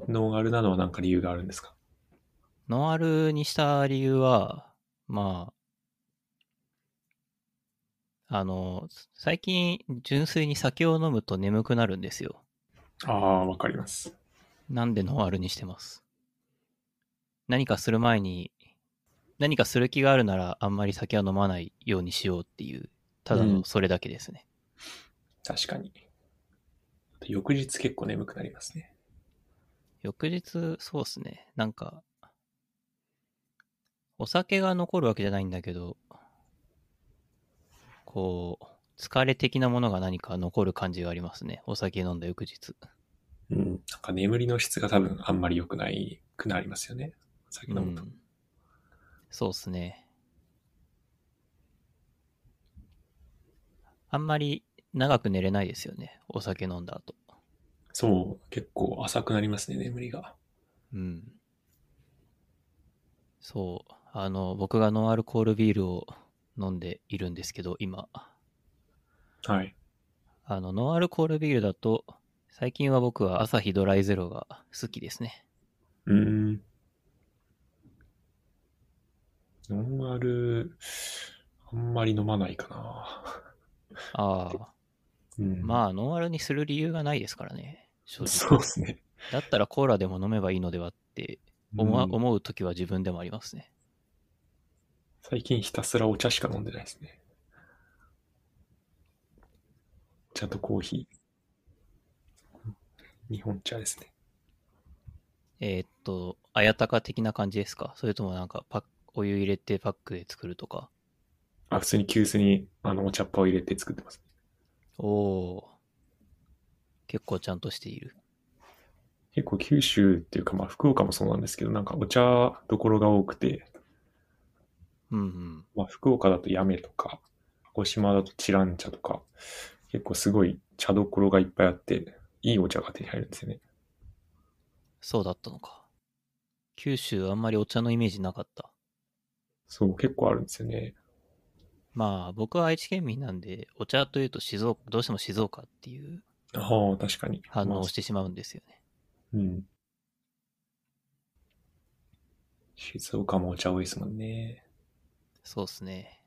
ノンアルなのは何か理由があるんですか？ ノンアルにした理由は、まあ、最近純粋に酒を飲むと眠くなるんですよ。 ああ、わかります。 なんでノンアルにしてます。何かする前に、何かする気があるならあんまり酒は飲まないようにしようっていう、ただうん。 のそれだけですね。 確かに。翌日結構眠くなりますね。 翌日、そうっすね。なんか、お酒が残るわけじゃないんだけど、こう、疲れ的なものが何か残る感じがありますね。お酒飲んだ翌日。 うん。なんか眠りの質が多分あんまり良くないくなりますよね。酒飲むと。 うん。そうっすね。あんまり長く寝れないですよね。お酒飲んだ後。 そう、結構浅くなりますね、眠りが。 うん。そう。僕がノンアルコールビールを飲んでいるんですけど、今。 はい。 ノンアルコールビールだと、最近は僕はアサヒドライゼロが好きですね。 うーん。ノンアル、あんまり飲まないかな。 ああ。 うん。 まあ、ノンアルにする理由がないですからね。正直。 そうですね。 だったらコーラでも飲めばいいのではってうん。 思う時は自分でもありますね。 最近ひたすらお茶しか飲んでないですね。お茶とコーヒー。日本茶ですね。 あやたか的な感じですか？それともなんかお湯入れてパックで作るとか。 あ、普通に急須にお茶っ葉を入れて作ってます。 おー、結構ちゃんとしている。 結構九州っていうか、まあ福岡もそうなんですけど、なんかお茶どころが多くて、 うんうん。 まあ福岡だと八女とか、鹿児島だとチラン茶とか、結構すごい茶どころがいっぱいあって、いいお茶が手に入るんですよね。 そうだったのか。九州あんまりお茶のイメージなかった。 そう、結構あるんですよね。 まあ、僕は愛知県民なんで、お茶というとどうしても静岡っていうああ、確かに。 反まあ、 応をしてしまうんですよね。 うん。静岡もお茶多いですもんね。 そうっすね。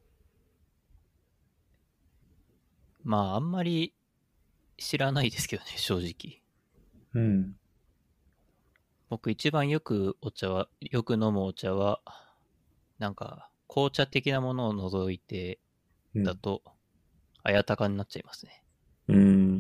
まあ、あんまり知らないですけどね、正直。 うん。 僕一番よく飲むお茶は、なんか、紅茶的なものを除いてうん。 だと、綾鷹になっちゃいますね。 うん。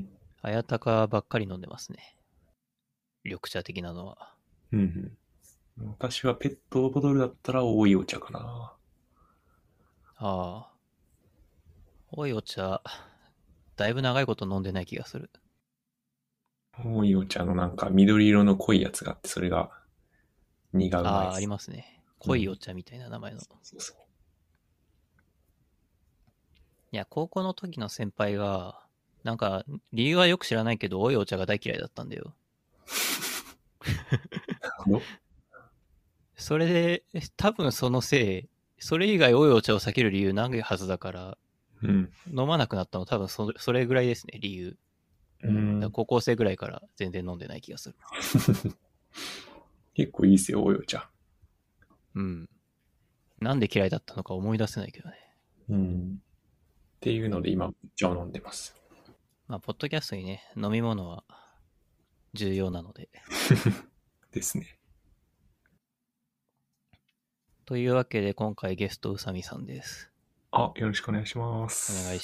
綾鷹ばっかり飲んでますね。緑茶的なのは。 うん。私はペットボトルだったら多いお茶かな。 ああ、多いお茶、だいぶ長いこと飲んでない気がする。 多いお茶のなんか緑色の濃いやつがあって、それが苦うまいああ、ありです。 ますね。濃いおうん。 茶みたいな名前の。 そうそう。 いや、高校の時の先輩が、なんか、理由はよく知らないけど、多いお茶が大嫌いだったんだよ。 なるほど。 それで、多分そのせい、それ以外多いお茶を避ける理由ないはずだから、 うん。 飲まなくなったの多分それぐらいですね、理由。 うん。 高校生ぐらいから全然飲んでない気がする。 結構いいですよ、多いお茶。 うん。なんで嫌いだったのか思い出せないけどね。 うん。っていうので今、お茶を飲んでます。 まあ、ポッドキャストにね、飲み物は重要なので。 ですね。 というわけで、今回ゲスト、宇佐美さんです。 あ、よろしくお願いします。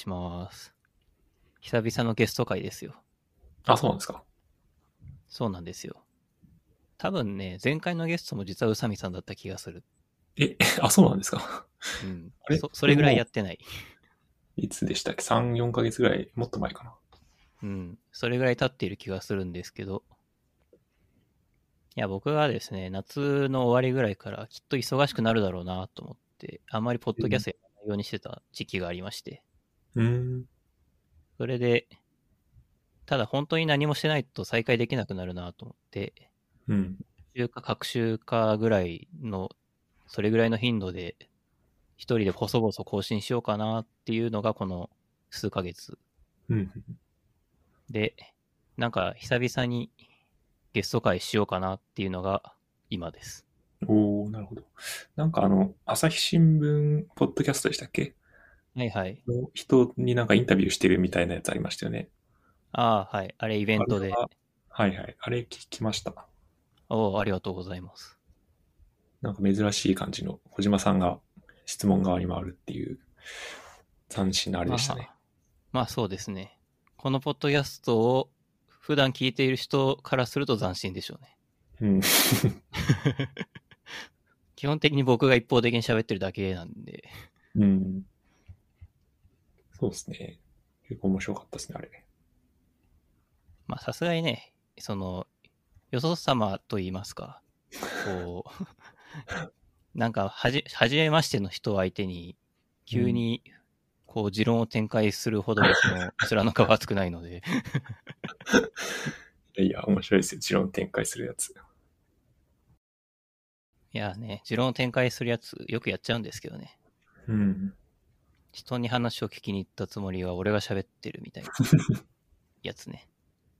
お願いします。久々のゲスト会ですよ。 あ、そうなんですか。 そうなんですよ。多分ね、前回のゲストも実は宇佐美さんだった気がする。 え、あ、そうなんですか。 うん。 あれそれぐらいやこれもってない。 う、いつでしたっけ？ 3、4ヶ月ぐらい、もっと前かな。 うん。それぐらい経っている気がするんですけど、いや、僕がですね、夏の終わりぐらいからきっと忙しくなるだろうなと思って、あんまりポッうん。 ドキャストやらないようにしてた時期がありまして、 うーん。 それで、ただ本当に何もしてないと再開できなくなるなと思って、 うん。 週か各週かぐらいの、それぐらいの頻度で、一人で細々更新しようかなっていうのがこの数ヶ月うん。 で、なんか久々にゲスト会しようかなっていうのが今です。 おー、なるほど。なんか朝日新聞ポッドキャストでしたっけはいはい。 の人になんかインタビューしてるみたいなやつありましたよね。 ああ、はい。あれイベあれントで。 は、はいはい。あれ聞きました。 おお、ありがとうございます。 なんか珍しい感じの小島さんが質問側に回るっていう斬新なあれでしたね。 まあ、まあそうですね。このポッドキャストを普段聞いている人からすると斬新でしょうね。 うん。 基本的に僕が一方的に喋ってるだけなんで。 うん。そうですね。結構面白かったですね、あれ。 まあさすがにね、その、よそ様と言いますか、こう、なんかはじめましての人を相手に、 うん。 急に、こう、持論を展開するほど僕の面の皮は厚くないので、 いやいや、面白いですよ。持論展開するやつ。 いやね、持論を展開するやつ、よくやっちゃうんですけどね。 うん。 人に話を聞きに行ったつもりが俺が喋ってるみたいなやつね。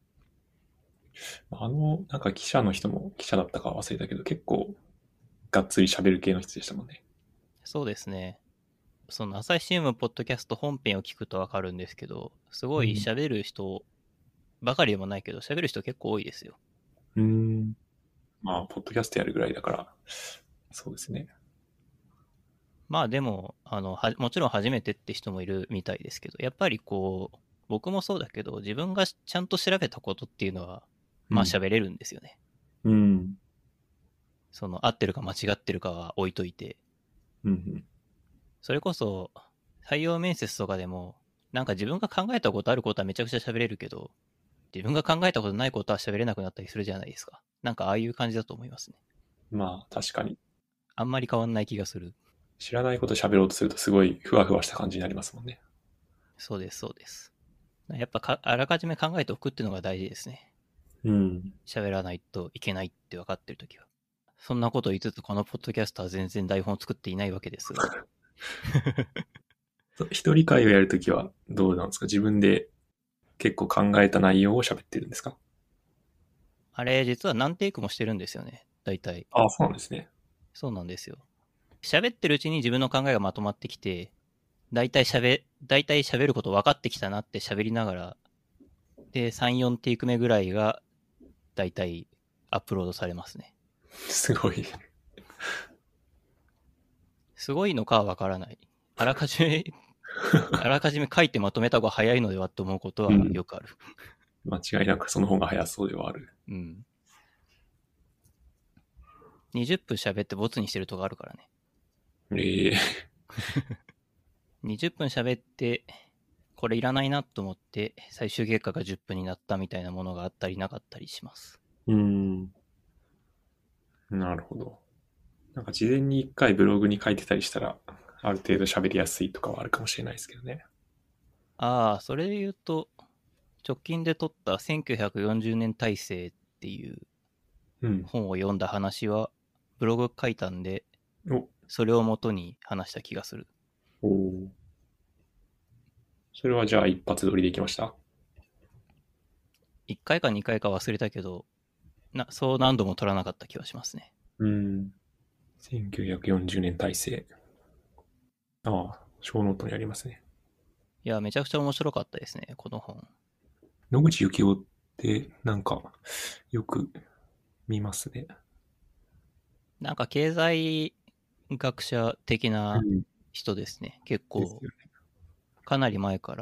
なんか記者の人も記者だったか忘れたけど、結構がっつり喋る系の人でしたもんね。 そうですね。その朝日新聞ポッドキャスト本編を聞くとわかるんですけど、すごいうん。 喋る人ばかりでもないけど、喋る人結構多いですよ。 うん。まあ、ポッドキャストやるぐらいだから、そうですね。 まあでも、もちろん初めてって人もいるみたいですけど、やっぱりこう、僕もそうだけど、自分がちゃんと調べたことっていうのは、 うん。 まあ喋れるんですよね。 うん。 その合ってるか間違ってるかは置いといて、 うん。 それこそ採用面接とかでも、なんか自分が考えたことあることはめちゃくちゃ喋れるけど、自分が考えたことないことは喋れなくなったりするじゃないですか。なんかああいう感じだと思いますね。 まあ、確かに。 あんまり変わんない気がする。 知らないこと喋ろうとするとすごいふわふわした感じになりますもんね。 そうです、そうです。やっぱあらかじめ考えておくっていうのが大事ですね。 うん。 喋らないといけないって分かってるときは。そんなことを言いつつ、このポッドキャストは全然台本を作っていないわけですが。 一人会をやるときはどうなんですか？自分で結構考えた内容を喋ってるんですか？ あれ、実は何テイクもしてるんですよね。大体。 ああ、そうなんですね。 そうなんですよ。喋ってるうちに自分の考えがまとまってきて、大体喋ること分かってきたなって喋りながら、で、3、4テイク目ぐらいが、大体アップロードされますね。 すごい。 すごいのかは分からない。あらかじめ、あらかじめ書いてまとめた方が早いのではって思うことはうん。 よくある。 間違いなくその方が早そうではある。 うん。20分喋ってボツにしてるとこあるからね。 ええ 20分喋って、これいらないなと思って、最終結果が10分になったみたいなものがあったりなかったりします。 うん。なるほど。なんか事前に一回ブログに書いてたりしたら、ある程度喋りやすいとかはあるかもしれないですけどね。 ああ、それで言うと、直近で撮った1940年体制っていううん。 本を読んだ話は、ブログ書いたんで、 お、 それを元に話した気がする。 おー、それはじゃあ一発撮りできました？ 1回か2回か忘れたけど、そう何度も撮らなかった気はしますね。 うん。1940年体制。ああ、小ノートにありますね。 いや、めちゃくちゃ面白かったですね、この本。 野口幸雄ってなんかよく見ますね。 なんか経済学者的なうん。 人ですね。結構、 ですよね。 かなり前から、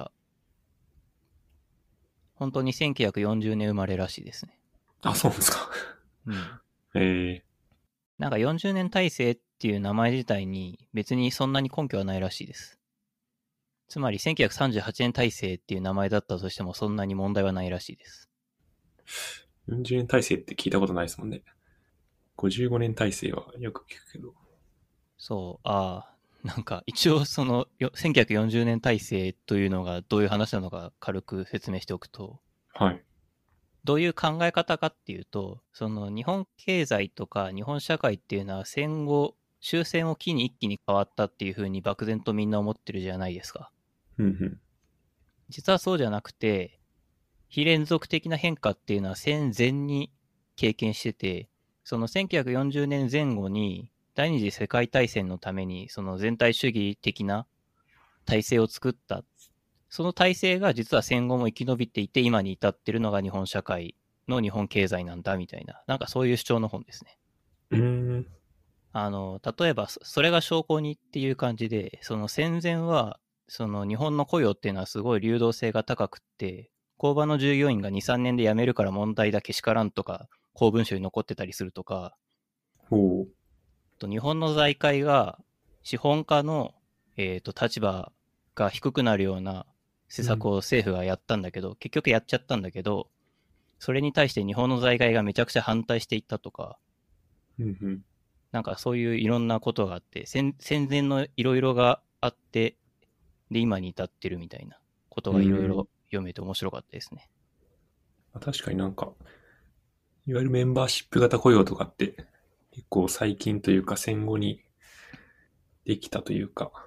本当に1940年生まれらしいですね。 あ、そうなんですか。 うん。 ええなんか40年体制っていう名前自体に別にそんなに根拠はないらしいです。つまり1938年体制っていう名前だったとしてもそんなに問題はないらしいです。 40年体制って聞いたことないですもんね。55年体制はよく聞くけど。 そう、なんか一応その1940年体制というのがどういう話なのか軽く説明しておくと、 はい。 どういう考え方かっていうと、その日本経済とか日本社会っていうのは戦後、終戦を機に一気に変わったっていうふうに漠然とみんな思ってるじゃないですか。 うんうん。 実はそうじゃなくて、非連続的な変化っていうのは戦前に経験してて、その1940年前後に第二次世界大戦のためにその全体主義的な体制を作った。その体制が実は戦後も生き延びていて今に至ってるのが日本社会の日本経済なんだみたいな、なんかそういう主張の本ですね。例えばそれが証拠にっていう感じで、その戦前はその日本の雇用っていうのはすごい流動性が高くって、工場の従業員が2、3年で辞めるから問題だけしからんとか、公文書に残ってたりするとか、日本の財界が資本家の、立場が低くなるような施策を政府がやったんだけど、結局やっちゃったんだけど、それに対して日本の財界がめちゃくちゃ反対していったとか、なんかそういういろんなことがあって、戦前のいろいろがあって、で、今に至ってるみたいなことがいろいろ読めて面白かったですね。 確かになんか、いわゆるメンバーシップ型雇用とかって結構最近というか戦後にできたというか、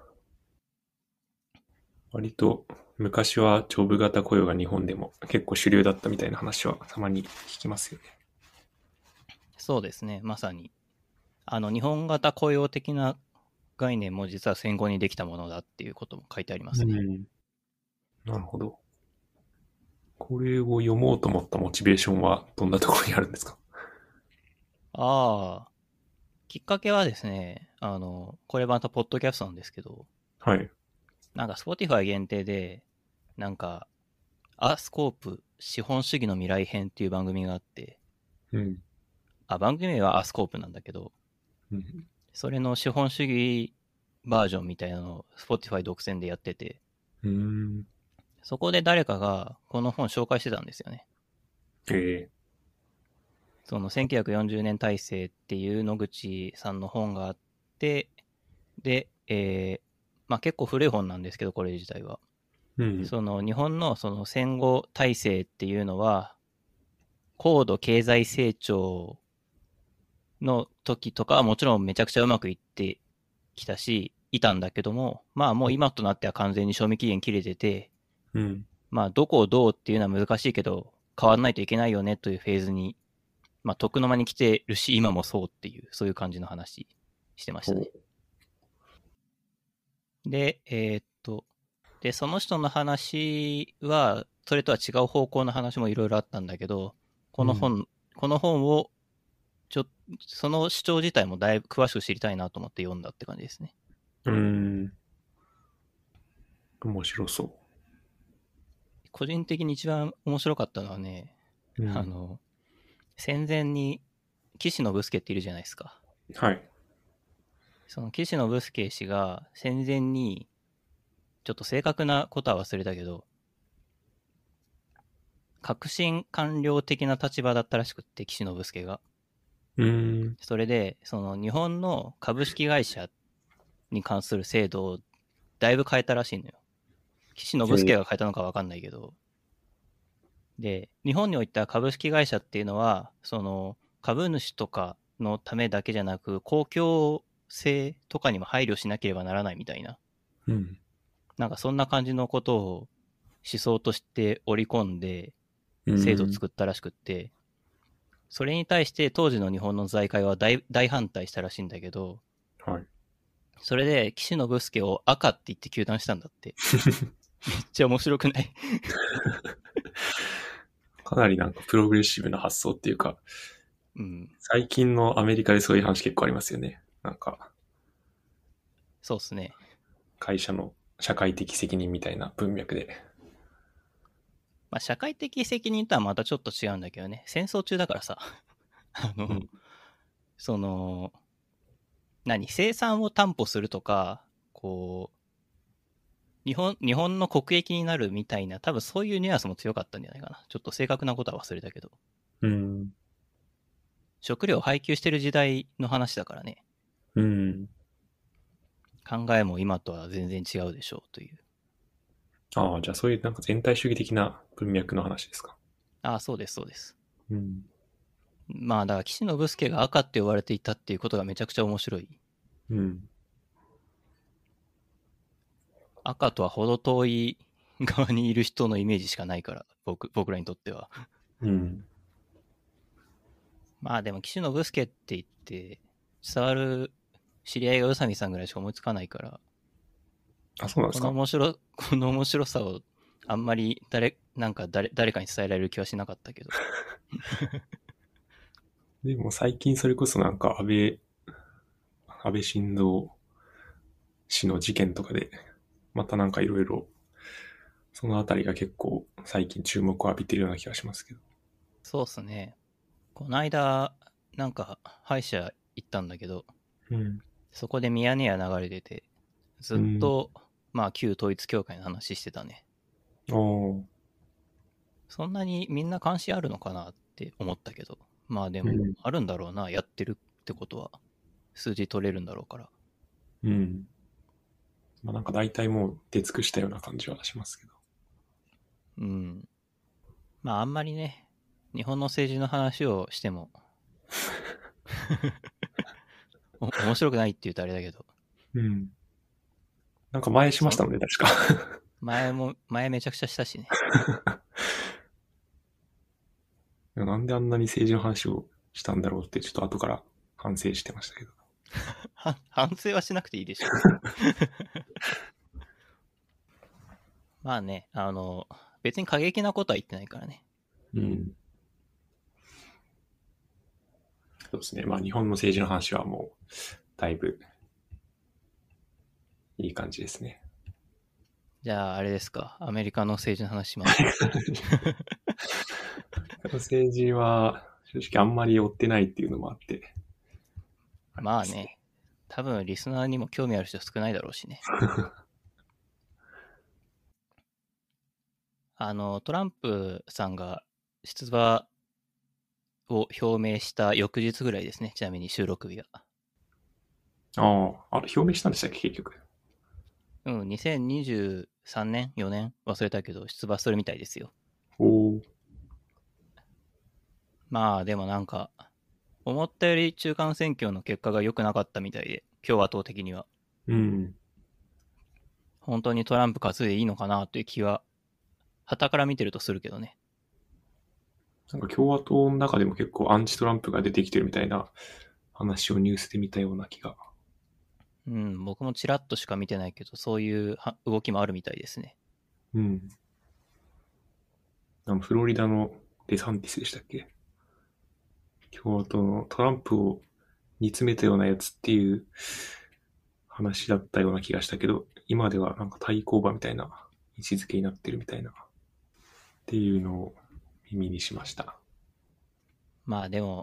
割と昔はジョブ型雇用が日本でも結構主流だったみたいな話はたまに聞きますよね。 そうですね、まさに。日本型雇用的な概念も実は戦後にできたものだっていうことも書いてありますね。 なるほど。これを読もうと思ったモチベーションはどんなところにあるんですか？ きっかけはですね、これまたポッドキャストなんですけど、 はい。 なんか Spotify 限定で、なんか、アスコープ資本主義の未来編っていう番組があって、番組名はアスコープなんだけど、それの資本主義バージョンみたいなのを Spotify 独占でやってて、そこで誰かがこの本紹介してたんですよね。その1940年体制っていう野口さんの本があって、で、結構古い本なんですけど、これ自体は。その日本のその戦後体制っていうのは、高度経済成長の時とかはもちろんめちゃくちゃうまくいってきたし、いたんだけども、もう今となっては完全に賞味期限切れてて、どこをどうっていうのは難しいけど、変わんないといけないよねというフェーズに、徳の間に来てるし、今もそうっていう、そういう感じの話してましたね。で、で、その人の話は、それとは違う方向の話もいろいろあったんだけど、この本を、その主張自体もだいぶ詳しく知りたいなと思って読んだって感じですね。 面白そう。 個人的に一番面白かったのはね、戦前に岸信介っているじゃないですか。 はい。 その岸信介氏が戦前に、ちょっと正確なことは忘れたけど、革新官僚的な立場だったらしくって、岸信介が。それで、その日本の株式会社に関する制度をだいぶ変えたらしいのよ。岸信介が変えたのか分かんないけど。で、日本においては株式会社っていうのは、その株主とかのためだけじゃなく、公共性とかにも配慮しなければならないみたいな。なんかそんな感じのことを思想として織り込んで制度を作ったらしくって、それに対して当時の日本の財界は大反対したらしいんだけど、それで岸信介を赤って言って糾弾したんだって。めっちゃ面白くない？ かなりなんかプログレッシブな発想っていうか、最近のアメリカでそういう話結構ありますよね。なんか、 そうっすね。 会社の社会的責任みたいな文脈で。 社会的責任とはまたちょっと違うんだけどね。戦争中だからさ。その、生産を担保するとか、こう、日本の国益になるみたいな、多分そういうニュアンスも強かったんじゃないかな。ちょっと正確なことは忘れたけど。食料を配給してる時代の話だからね。考えも今とは全然違うでしょうという。 じゃあそういうなんか全体主義的な文脈の話ですか。 そうです、そうです。だから岸信介が赤って呼ばれていたっていうことがめちゃくちゃ面白い。赤とは程遠い側にいる人のイメージしかないから、僕らにとっては。 まあでも、岸信介って言って、伝わる知り合いが宇佐美さんぐらいしか思いつかないから、 あ、そうなんですか。 この面白さをあんまり誰かに伝えられる気はしなかったけど。 でも最近それこそなんか安倍晋三氏の事件とかで、またなんかいろいろ、そのあたりが結構最近注目を浴びてるような気がしますけど。 そうっすね。この間、なんか歯医者行ったんだけど、 うん。 そこでミヤネ屋流れてて、ずっうん。 と、まあ旧統一教会の話してたね。 おー。 そんなにみんな関心あるのかなって思ったけど、まあでも、 うん。 あるんだろうな、やってるってことは。数字取れるんだろうから。 うん。まあなんか大体もう出尽くしたような感じはしますけど。 うん。まああんまりね、日本の政治の話をしても面白くないって言うとあれだけど、 うん。なんか前しまそんしたもんね、確か。 前めちゃくちゃしたしね。 なんであんなに政治の話をしたんだろうってちょっと後から反省してましたけど。 反省はしなくていいでしょ。まあね、別に過激なことは言ってないからね。 うん。そうですね。まあ日本の政治の話はもう、だいぶいい感じですね。 じゃあ、あれですか。アメリカの政治の話しますか。 政治は正直あんまり追ってないっていうのもあって、あれですね。 まあね、多分リスナーにも興味ある人少ないだろうしね。トランプさんが出馬を表明した翌日ぐらいですね。ちなみに収録日が。 ああ、あれ表明したんでしたっけ、結局。 うん、2023年 ?4 年忘れたけど、出馬するみたいですよ。 おお。 まあ、でもなんか、思ったより中間選挙の結果が良くなかったみたいで、共和党的には。 うん。 本当にトランプ勝つでいいのかなという気は、傍から見てるとするけどね。 なんか共和党の中でも結構アンチトランプが出てきてるみたいな話をニュースで見たような気が。 うん、僕もちらっとしか見てないけど、そういう動きもあるみたいですね。 うん。フロリダのデサンティスでしたっけ、共和党のトランプを煮詰めたようなやつっていう話だったような気がしたけど、今ではなんか対抗馬みたいな位置づけになってるみたいなっていうのを耳にしました。 まあでも、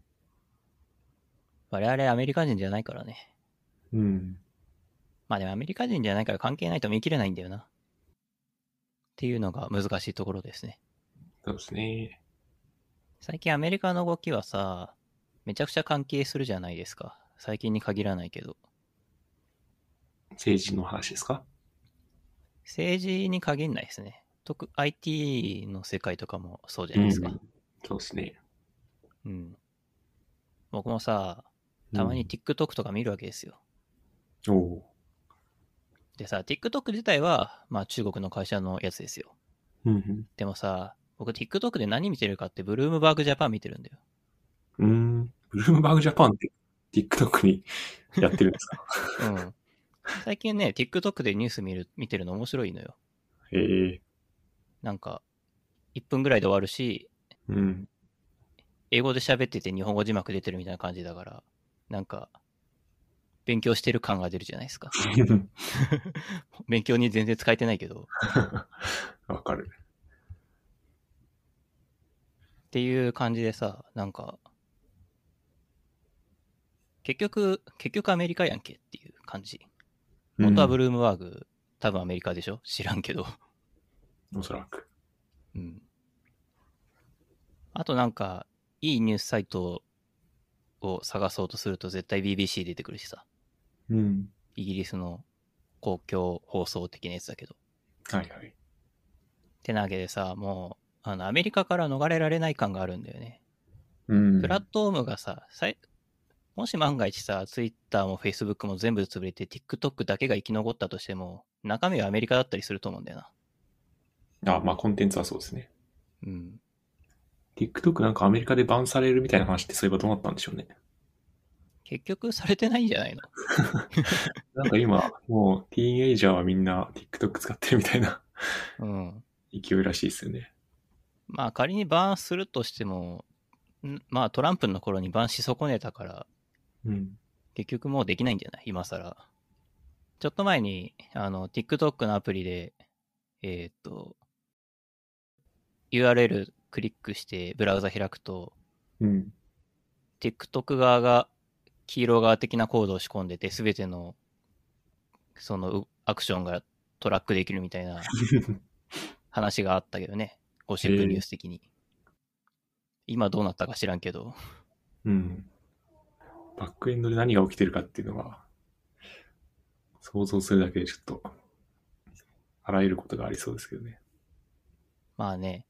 我々アメリカ人じゃないからね。 うん。 まあでもアメリカ人じゃないから関係ないと見切れないんだよな。っていうのが難しいところですね。 そうですね。 最近アメリカの動きはさ、めちゃくちゃ関係するじゃないですか。最近に限らないけど。 政治の話ですか。 政治に限んないですね。IT の世界とかもそうじゃうないですか。 ん。そうですね。 うん。僕もさ、たまにうん。 TikTok とか見るわけですよ。 おお。 でさ、TikTok 自体は、まあ中国の会社のやつですよ。 うんでもさ、僕 TikTok で何見てるかってブルームバーグジャパン見てるんだよ。 うん。ブルームバーグジャパンって TikTok にやってるんですか。 うん。最近ね、TikTok でニュース見てるの面白いのよ。 へえ。 なんか、1分ぐらいで終わるし、 うん。 英語で喋ってて日本語字幕出てるみたいな感じだから、なんか、勉強してる感が出るじゃないですか。勉強に全然使えてないけど、 わかる。 っていう感じでさ、なんか、結局アメリカやんけっていう感じ。元はブうん。 ルームバーグ、多分アメリカでしょ知らんけど。 おそらく。 うん。あとなんか、いいニュースサイトを探そうとすると絶対 BBC 出てくるしさ。 うん。 イギリスの公共放送的なやつだけど。 はいはい。 ってなわけでさ、もう、アメリカから逃れられない感があるんだよね。 うん。 プラットフォームがさ、もし万が一さ、Twitter も Facebook も全部潰れて TikTok だけが生き残ったとしても、中身はアメリカだったりすると思うんだよな。 あ、まあコンテンツはそうですね。 うん。 TikTok なんかアメリカでバンされるみたいな話ってそういえばどうなったんでしょうね。 結局されてないんじゃないの？ なんか今、もうティーンエイジャーはみんな TikTok 使ってるみたいなうん。 勢いらしいですよね。 まあ仮にバーンするとしても、まあトランプの頃にバーンし損ねたから、 うん。 結局もうできないんじゃない今更。ちょっと前に、TikTok のアプリで、URL クリックしてブラウザ開くと、 うん。 TikTok 側が黄色側的なコードを仕込んでて、すべてのそのアクションがトラックできるみたいな話があったけどね。ゴシップニュース的に。今どうなったか知らんけど。 うん。バックエンドで何が起きてるかっていうのは、想像するだけでちょっと、あらゆることがありそうですけどね。 まあね、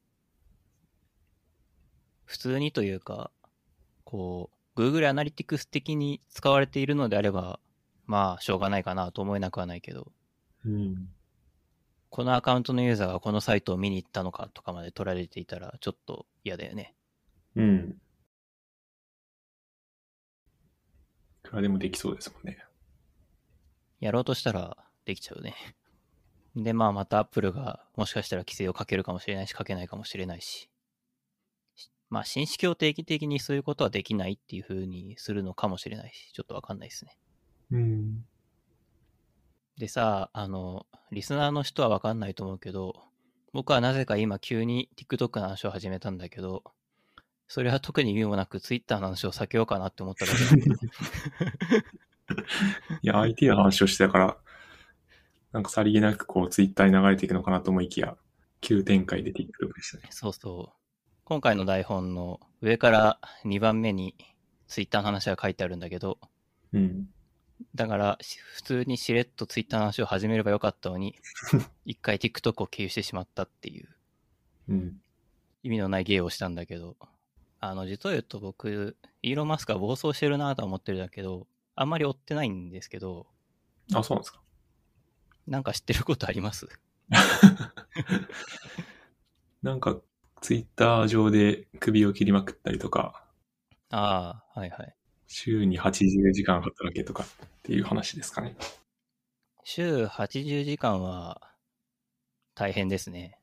普通にというか、こう、Google Analytics 的に使われているのであれば、まあ、しょうがないかなと思えなくはないけど、 うん。 このアカウントのユーザーがこのサイトを見に行ったのかとかまで取られていたら、ちょっと嫌だよね。 うん。いくらでもできそうですもんね。 やろうとしたらできちゃうね。で、まあ、また Apple がもしかしたら規制をかけるかもしれないし、かけないかもしれないし。まあ、新式を定期的にそういうことはできないっていう風にするのかもしれないし、ちょっとわかんないですね。 うん。 でさ、リスナーの人はわかんないと思うけど、僕はなぜか今急に TikTok の話を始めたんだけど、それは特に意味もなく Twitter の話を避けようかなって思っただけなんだよね。 いや、IT の話をしてたから、なんかさりげなくこう、ツイッターに流れていくのかなと思いきや、急展開で TikTok でしたね。 そうそう。今回の台本の上から2番目に Twitter の話が書いてあるんだけど、 うん。 だから普通にしれっと Twitter の話を始めればよかったのに、一回 TikTok を経由してしまったっていううん。 意味のない芸をしたんだけど、実を言うと僕、イーロン・マスクは暴走してるなとは思ってるんだけど、あんまり追ってないんですけど、 あ、そうなんですか。 なんか知ってることあります？ なんか、ツイッター上で首を切りまくったりとか、 ああ、はいはい。 週に80時間働けとかっていう話ですかね。 週80時間は大変ですね。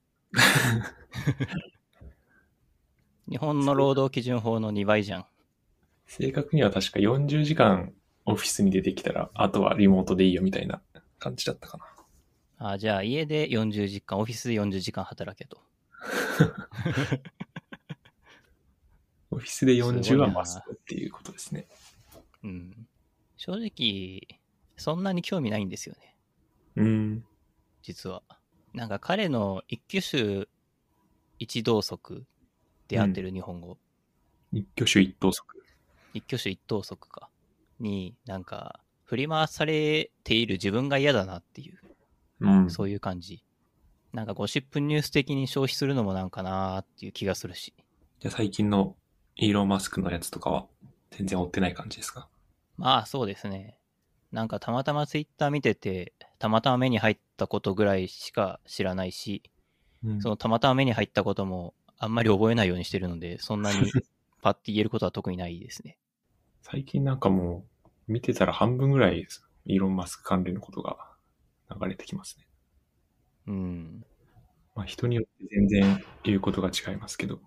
日本の労働基準法の2倍じゃん。 正確には確か40時間オフィスに出てきたら、あとはリモートでいいよみたいな感じだったかな。 あ、じゃあ家で40時間、オフィスで40時間働けと。 オフィスです 40 ごいな。 はマストっていうことですね。 うん。正直、そんなに興味ないんですよね。 うん。 実は。なんか彼の一挙手一動足で合ってる日本語。 一挙手一投足。 一挙手一投足か。に、なんか、振り回されている自分が嫌だなっていう、 うん。 そういう感じ。なんかゴシップニュース的に消費するのもなんかなーっていう気がするし。 じゃあ最近のイーロン・マスクのやつとかは全然追ってない感じですか？ まあそうですね。なんかたまたまツイッター見てて、たまたま目に入ったことぐらいしか知らないし、 うん。 そのたまたま目に入ったこともあんまり覚えないようにしてるので、そんなにパッて言えることは特にないですね。 最近なんかもう見てたら半分ぐらいです。イーロン・マスク関連のことが流れてきますね。 うん。 まあ人によって全然言うことが違いますけど。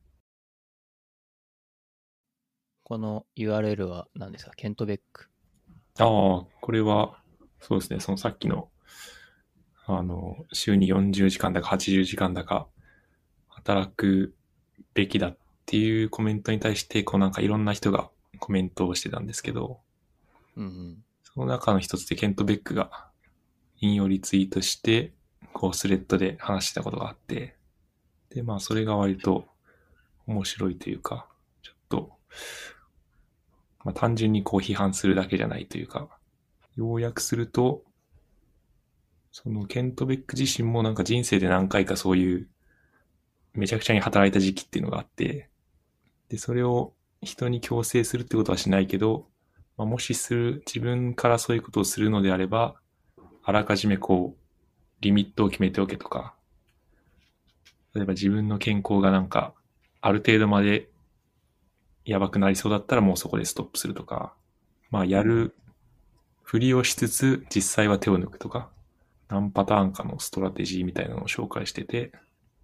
この URL は何ですか？ケントベック。 ああ、これは、そうですね、そのさっきの、週に40時間だか80時間だか働くべきだっていうコメントに対して、こうなんかいろんな人がコメントをしてたんですけど、 うんうん。 その中の一つでケント・ベックが引用リツイートして、こうスレッドで話したことがあって、で、まあそれが割と面白いというか、ちょっと、まあ単純にこう批判するだけじゃないというか、要約すると、そのケント・ベック自身もなんか人生で何回かそういうめちゃくちゃに働いた時期っていうのがあって、で、それを人に強制するってことはしないけど、まあ、もし自分からそういうことをするのであれば、あらかじめこう、リミットを決めておけとか、例えば自分の健康がなんかある程度までやばくなりそうだったらもうそこでストップするとか、まあやるふりをしつつ実際は手を抜くとか、何パターンかのストラテジーみたいなのを紹介してて、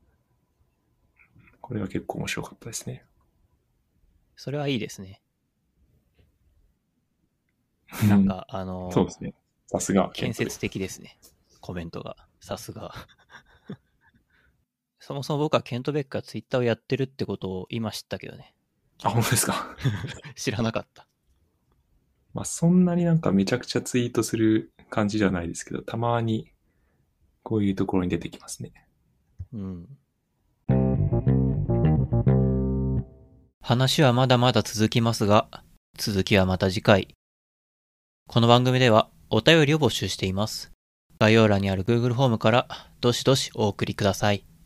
これは結構面白かったですね。 それはいいですね。なんか、 そうですね。さすが。 建設的ですね。コメントが。さすが。そもそも僕はケント・ベックがツイッターをやってるってことを今知ったけどね。 あ、本当ですか。 知らなかった。 まあそんなになんかめちゃくちゃツイートする感じじゃないですけど、たまにこういうところに出てきますね。 うん。話はまだまだ続きますが、続きはまた次回。この番組ではお便りを募集しています。概要欄にある Google フォームからどしどしお送りください。